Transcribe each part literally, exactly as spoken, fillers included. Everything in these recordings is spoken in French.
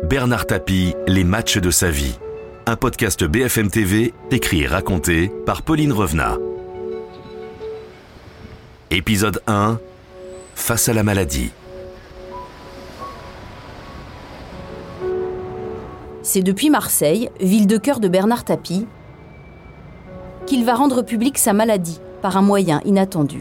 Bernard Tapie, les matchs de sa vie. Un podcast B F M T V, écrit et raconté par Pauline Revenat. Épisode un, face à la maladie. C'est depuis Marseille, ville de cœur de Bernard Tapie, qu'il va rendre publique sa maladie par un moyen inattendu.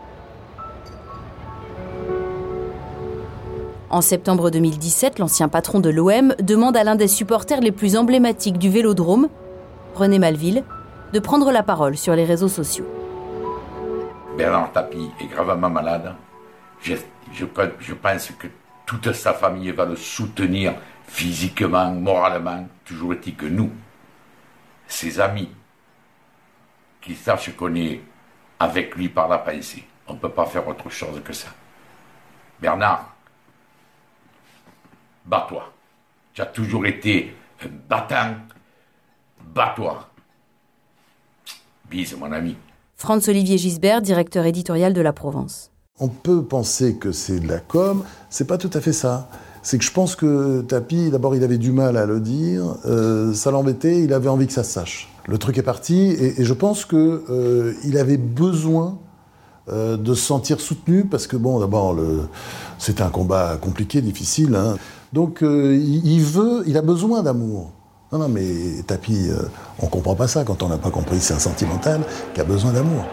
En septembre deux mille dix-sept, l'ancien patron de l'O M demande à l'un des supporters les plus emblématiques du Vélodrome, René Malville, de prendre la parole sur les réseaux sociaux. Bernard Tapie est gravement malade. Je, je, je pense que toute sa famille va le soutenir physiquement, moralement. Toujours est-il que nous, ses amis, qui sachent qu'on est avec lui par la pensée. On ne peut pas faire autre chose que ça. Bernard, bats-toi. Tu as toujours été un battant. Bats-toi. Bise, mon ami. Franz-Olivier Gisbert, directeur éditorial de La Provence. On peut penser que c'est de la com, c'est pas tout à fait ça. C'est que je pense que Tapie, d'abord, il avait du mal à le dire, euh, ça l'embêtait, il avait envie que ça se sache. Le truc est parti, et, et je pense qu'il euh, avait besoin euh, de se sentir soutenu, parce que, bon, d'abord, le, c'était un combat compliqué, difficile, hein. Donc, euh, il, il veut, il a besoin d'amour. Non, non, mais Tapie, euh, on comprend pas ça quand on n'a pas compris, c'est un sentimental qui a besoin d'amour.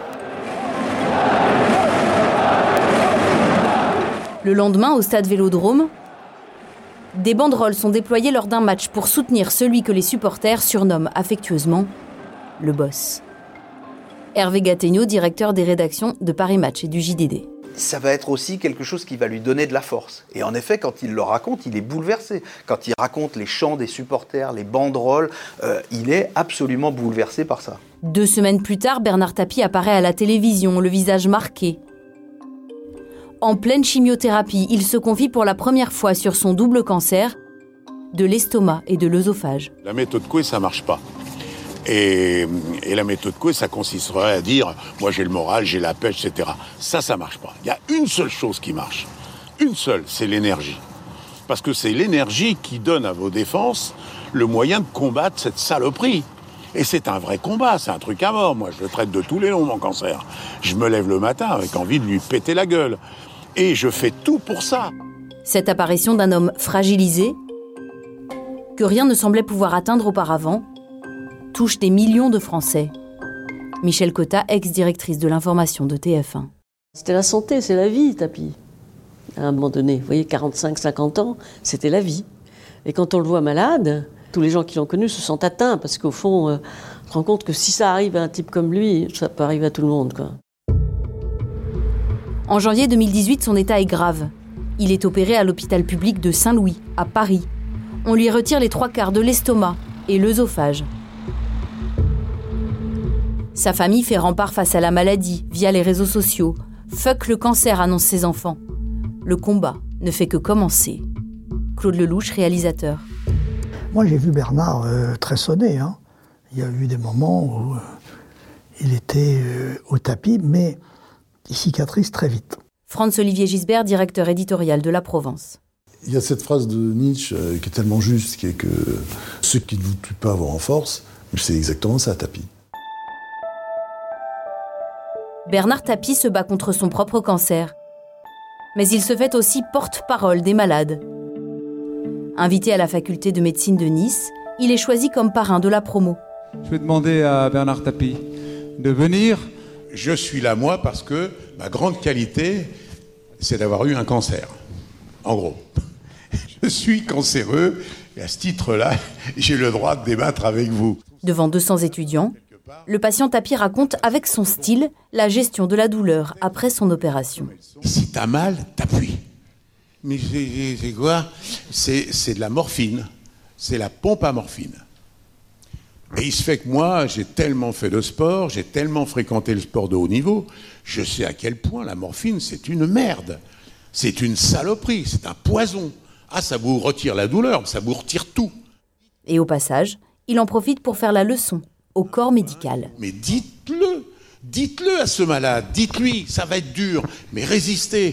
Le lendemain, au stade Vélodrome, des banderoles sont déployées lors d'un match pour soutenir celui que les supporters surnomment affectueusement le boss. Hervé Gattegno, directeur des rédactions de Paris Match et du J D D. Ça va être aussi quelque chose qui va lui donner de la force. Et en effet, quand il le raconte, il est bouleversé. Quand il raconte les chants des supporters, les banderoles, euh, il est absolument bouleversé par ça. Deux semaines plus tard, Bernard Tapie apparaît à la télévision, le visage marqué. En pleine chimiothérapie, il se confie pour la première fois sur son double cancer de l'estomac et de l'œsophage. La méthode Coué, ça marche pas. Et, et la méthode Coué, ça consisterait à dire « moi j'ai le moral, j'ai la pêche, et cetera » Ça, ça marche pas. Il y a une seule chose qui marche. Une seule, c'est l'énergie. Parce que c'est l'énergie qui donne à vos défenses le moyen de combattre cette saloperie. Et c'est un vrai combat, c'est un truc à mort. Moi, je le traite de tous les noms, mon cancer. Je me lève le matin avec envie de lui péter la gueule. Et je fais tout pour ça. Cette apparition d'un homme fragilisé, que rien ne semblait pouvoir atteindre auparavant, touche des millions de Français. Michel Cotta, ex-directrice de l'information de T F un. C'était la santé, c'est la vie, Tapie. À un moment donné, vous voyez, quarante-cinq cinquante ans, c'était la vie. Et quand on le voit malade, tous les gens qui l'ont connu se sentent atteints, parce qu'au fond, euh, on se rend compte que si ça arrive à un type comme lui, ça peut arriver à tout le monde, quoi. En janvier deux mille dix-huit, son état est grave. Il est opéré à l'hôpital public de Saint-Louis, à Paris. On lui retire les trois quarts de l'estomac et l'œsophage. Sa famille fait rempart face à la maladie via les réseaux sociaux. Fuck le cancer, annoncent ses enfants. Le combat ne fait que commencer. Claude Lelouch, réalisateur. Moi, j'ai vu Bernard euh, très sonné. Hein. Il y a eu des moments où euh, il était euh, au tapis, mais il cicatrise très vite. Franz-Olivier Gisbert, directeur éditorial de La Provence. Il y a cette phrase de Nietzsche euh, qui est tellement juste, qui est que « ceux qui ne vous tuent pas vous renforcent », c'est exactement ça, Tapie. Bernard Tapie se bat contre son propre cancer. Mais il se fait aussi porte-parole des malades. Invité à la faculté de médecine de Nice, il est choisi comme parrain de la promo. Je vais demander à Bernard Tapie de venir. Je suis là, moi, parce que ma grande qualité, c'est d'avoir eu un cancer. En gros. Je suis cancéreux, et à ce titre-là, j'ai le droit de débattre avec vous. Devant deux cents étudiants, le patient Tapie raconte avec son style la gestion de la douleur après son opération. Si t'as mal, t'appuies. Mais c'est, c'est quoi c'est, c'est de la morphine. C'est la pompe à morphine. Et il se fait que moi, j'ai tellement fait de sport, j'ai tellement fréquenté le sport de haut niveau, je sais à quel point la morphine, c'est une merde. C'est une saloperie, c'est un poison. Ah, ça vous retire la douleur, ça vous retire tout. Et au passage, il en profite pour faire la leçon au corps médical. Mais dites-le, dites-le à ce malade, dites-lui, ça va être dur, mais résistez.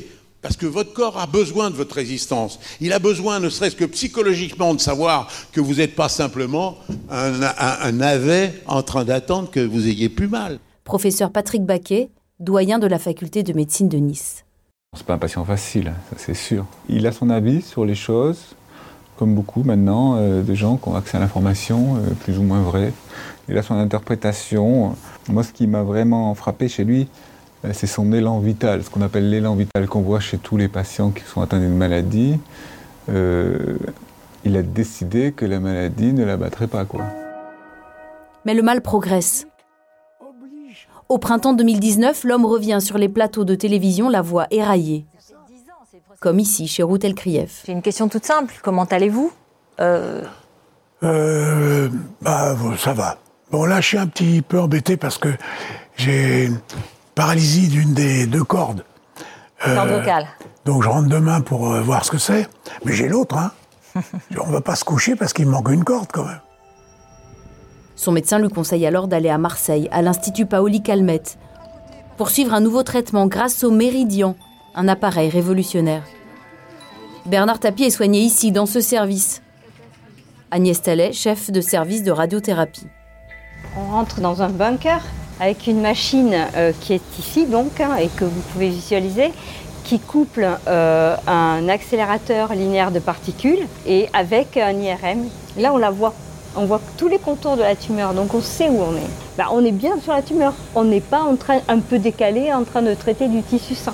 Parce que votre corps a besoin de votre résistance. Il a besoin, ne serait-ce que psychologiquement, de savoir que vous n'êtes pas simplement un, un, un navet en train d'attendre que vous ayez plus mal. Professeur Patrick Baquet, doyen de la faculté de médecine de Nice. C'est pas un patient facile, ça c'est sûr. Il a son avis sur les choses, comme beaucoup maintenant, euh, de gens qui ont accès à l'information, euh, plus ou moins vraie. Il a son interprétation. Moi, ce qui m'a vraiment frappé chez lui, euh, c'est son élan vital, ce qu'on appelle l'élan vital qu'on voit chez tous les patients qui sont atteints d'une maladie. Euh, il a décidé que la maladie ne l'abattrait pas, quoi. Mais le mal progresse. Au printemps deux mille dix-neuf, l'homme revient sur les plateaux de télévision, la voix éraillée. Comme ici, chez Routel Krief. J'ai une question toute simple. Comment allez-vous euh... Euh, bah, ça va. Bon, là, je suis un petit peu embêté parce que j'ai une paralysie d'une des deux cordes. Euh, Corde vocale. Donc, je rentre demain pour euh, voir ce que c'est. Mais j'ai l'autre, hein. On va pas se coucher parce qu'il me manque une corde, quand même. Son médecin lui conseille alors d'aller à Marseille, à l'Institut Paoli Calmette, pour suivre un nouveau traitement grâce au Méridian, un appareil révolutionnaire. Bernard Tapie est soigné ici, dans ce service. Agnès Tallet, chef de service de radiothérapie. On rentre dans un bunker avec une machine euh, qui est ici, donc, hein, et que vous pouvez visualiser, qui couple euh, un accélérateur linéaire de particules et avec un I R M. Là, on la voit. On voit tous les contours de la tumeur, donc on sait où on est. Ben, on est bien sur la tumeur. On n'est pas en train, un peu décalé, en train de traiter du tissu sain.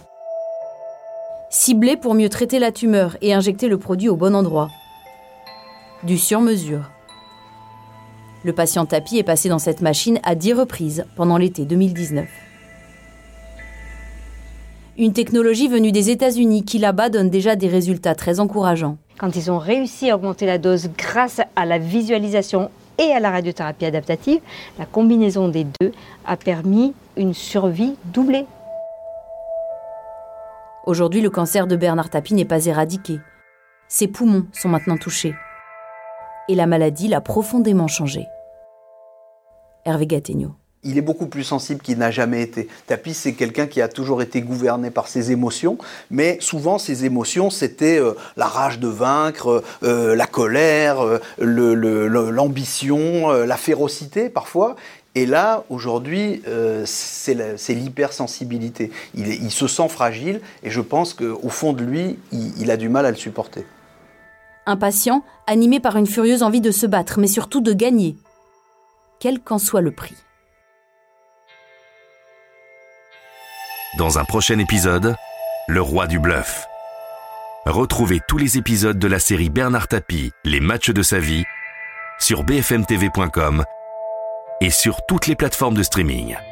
Ciblé pour mieux traiter la tumeur et injecter le produit au bon endroit. Du sur-mesure. Le patient Tapie est passé dans cette machine à dix reprises pendant l'été deux mille dix-neuf. Une technologie venue des États-Unis qui, là-bas, donne déjà des résultats très encourageants. Quand ils ont réussi à augmenter la dose grâce à la visualisation et à la radiothérapie adaptative, la combinaison des deux a permis une survie doublée. Aujourd'hui, le cancer de Bernard Tapie n'est pas éradiqué. Ses poumons sont maintenant touchés. Et la maladie l'a profondément changé. Hervé Gattegno. Il est beaucoup plus sensible qu'il n'a jamais été. Tapie, c'est quelqu'un qui a toujours été gouverné par ses émotions, mais souvent ses émotions, c'était euh, la rage de vaincre, euh, la colère, euh, le, le, le, l'ambition, euh, la férocité parfois. Et là, aujourd'hui, euh, c'est, la, c'est l'hypersensibilité. Il, est, il se sent fragile et je pense qu'au fond de lui, il, il a du mal à le supporter. Un patient animé par une furieuse envie de se battre, mais surtout de gagner, quel qu'en soit le prix. Dans un prochain épisode, le roi du bluff. Retrouvez tous les épisodes de la série Bernard Tapie, les matchs de sa vie, sur b f m t v point com et sur toutes les plateformes de streaming.